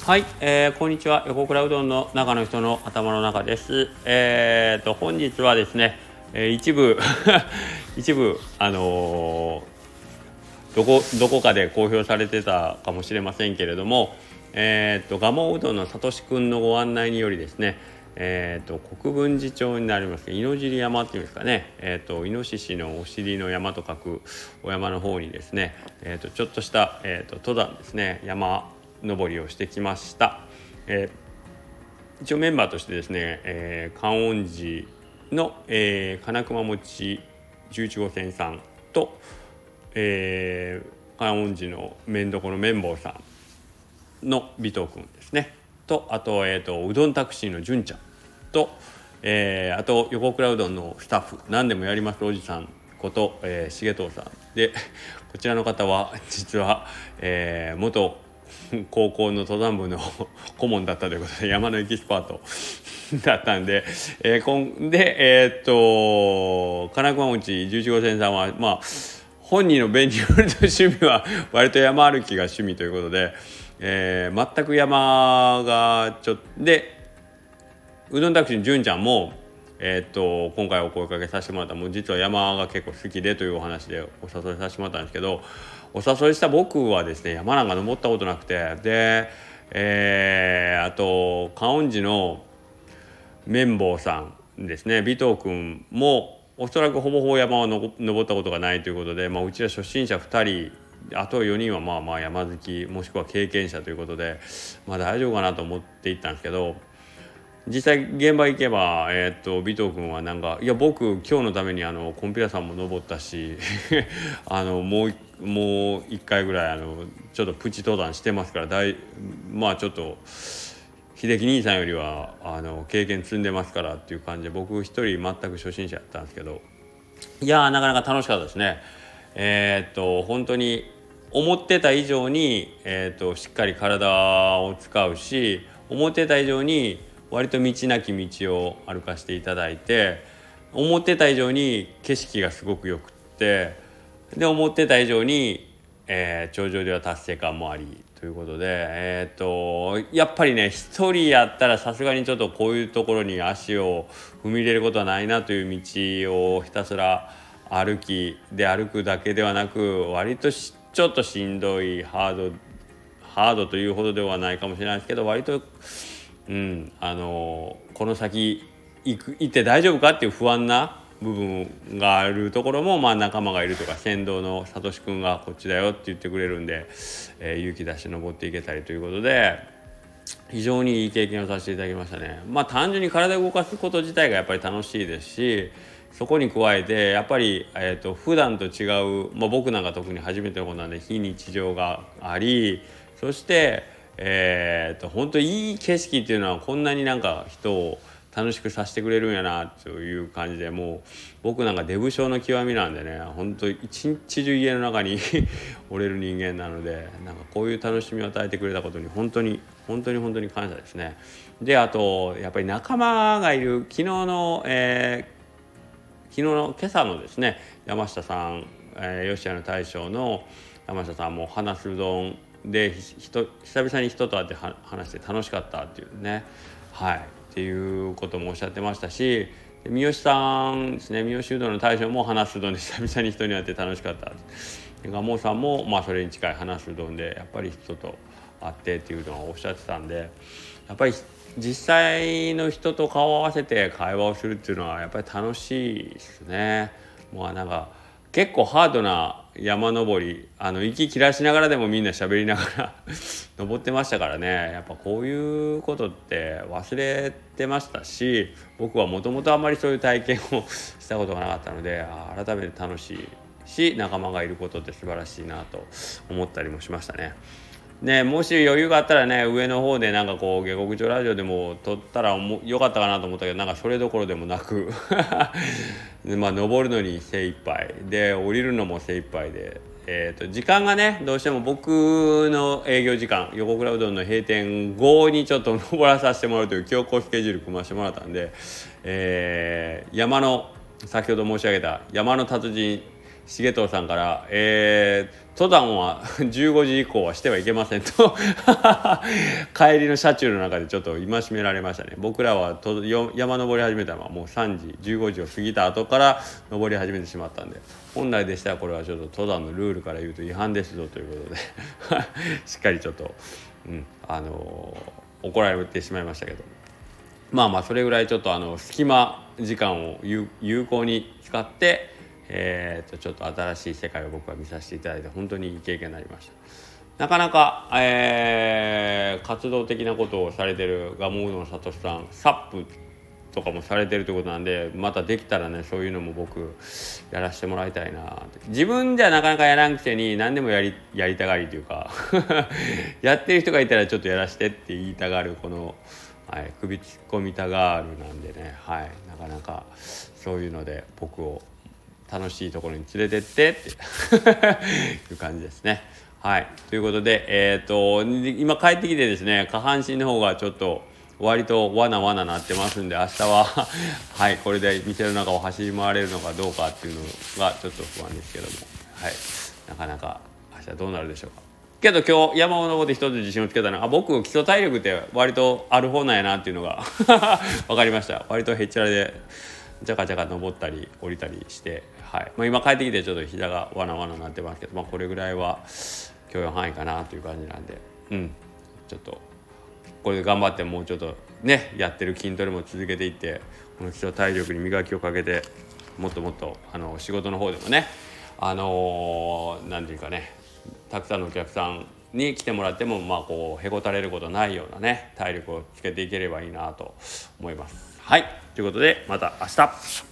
はい、こんにちは。横倉うどんの中の人の頭の中です。本日はですね、一部一部どこかで公表されてたかもしれませんけれども、蒲生うどんのさとしくんのご案内によりですね、国分寺町になります猪尻山っていうんですかね、イノシシのお尻の山と書くお山の方にですね、ちょっとした、登山ですね、山登りをしてきました。一応メンバーとしてですね、観音寺の、金熊餅11号線さんと、観音寺の麺どころ麺坊さんの尾藤くんですねと、あと、うどんタクシーの純ちゃんと、あと横倉うどんのスタッフ何でもやりますおじさんこと、重藤さんで、こちらの方は実は、元高校の登山部の顧問だったということで山のエキスパートだったんで、金熊餅11号線さんは本人の弁によると趣味は割と山歩きが趣味ということで、全く山がでうどんタクシーの純ちゃんも、今回お声かけさせてもらったもう実は山が結構好きでというお話でお誘いさせてもらったんですけど、お誘いした僕はですね山なんか登ったことなくて、で、あと観音寺の綿棒さんですね、尾藤君もおそらくほぼほぼ山は登ったことがないということで、うちら初心者2人あと4人は山好きもしくは経験者ということで、大丈夫かなと思って行ったんですけど、実際現場行けば、尾藤君はなんかいや僕今日のためにコンピラさんも登ったしもう1回ぐらいちょっとプチ登山してますからちょっと秀樹兄さんよりは経験積んでますからっていう感じで、僕一人全く初心者やったんですけど、いやなかなか楽しかったですね。本当に思ってた以上に、しっかり体を使うし、思ってた以上に割と道なき道を歩かせていただいて、思ってた以上に景色がすごくよくって、で思ってた以上に、頂上では達成感もありということで、やっぱりね一人やったらさすがにちょっとこういうところに足を踏み入れることはないなという道をひたすら歩くだけではなく、割とちょっとしんどいハードというほどではないかもしれないですけど、割とこの先行って大丈夫かっていう不安な部分があるところも、仲間がいるとか先導のさとしくんがこっちだよって言ってくれるんで、勇気出して登っていけたりということで非常にいい経験をさせていただきましたね。単純に体を動かすこと自体がやっぱり楽しいですし、そこに加えてやっぱり、普段と違う、僕なんか特に初めてのことなんで非日常があり、そして本当にいい景色っていうのはこんなになんか人を楽しくさせてくれるんやなという感じで、もう僕なんかデブ症の極みなんでね、本当一日中家の中に折れる人間なので、なんかこういう楽しみを与えてくれたことに本当に感謝ですね。であとやっぱり仲間がいる昨日の今朝のですね山下さん、吉谷の大将の山下さんも話すうどんで久々に人と会って話して楽しかったっていうね、っていうこともおっしゃってましたし、三好さんですね、三好うどんの大将も話すうどんで久々に人に会って楽しかった。蒲生さんもそれに近い話すうどんでやっぱり人と会ってっていうのをおっしゃってたんで、やっぱり実際の人と顔を合わせて会話をするっていうのはやっぱり楽しいですね。なんか結構ハードな山登り、息切らしながらでもみんな喋りながら登ってましたからね。やっぱこういうことって忘れてましたし、僕はもともとあんまりそういう体験をしたことがなかったので、改めて楽しいし仲間がいることって素晴らしいなと思ったりもしましたね。もし余裕があったらね、上の方でなんかこう下克上ラジオでも撮ったらよかったかなと思ったけど、なんかそれどころでもなく登るのに精一杯で降りるのも精一杯で、時間がねどうしても僕の営業時間横倉うどんの閉店後にちょっと登らさせてもらうという強行スケジュール組ませてもらったんで、先ほど申し上げた山の達人重藤さんから、登山は15時以降はしてはいけませんと帰りの車中の中でちょっと戒められましたね。僕らは山登り始めたのはもう3時15時を過ぎた後から登り始めてしまったんで、本来でしたらこれはちょっと登山のルールから言うと違反ですぞということでしっかりちょっと、怒られてしまいましたけど、まあそれぐらいちょっと隙間時間を有効に使ってちょっと新しい世界を僕は見させていただいて本当にいい経験になりました。なかなか、活動的なことをされてるガモウドのさとしさん、サップとかもされてるということなんで、またできたらねそういうのも僕やらせてもらいたいな。自分じゃなかなかやらんくせに何でもやりたがりというかやってる人がいたらちょっとやらせてって言いたがるこの、首突っ込みたがるなんでね、なかなかそういうので僕を楽しいところに連れてってっていう感じですね。ということで、今帰ってきてですね、下半身の方がちょっと割とわななってますんで、明日はこれで店の中を走り回れるのかどうかっていうのがちょっと不安ですけども、なかなか明日どうなるでしょうか。けど今日山を登って一つ自信をつけたのは、僕基礎体力って割とある方なんやなっていうのが分かりました。割とへっちゃらでジャカジャカ登ったり降りたりして、今帰ってきてちょっと膝がわなになってますけど、これぐらいは許容範囲かなという感じなんで、ちょっとこれで頑張ってもうちょっとねやってる筋トレも続けていって、この基礎体力に磨きをかけてもっともっと仕事の方でもねなんていうかね、たくさんのお客さんに来てもらってもこうへこたれることないようなね体力をつけていければいいなと思います。ということでまた明日。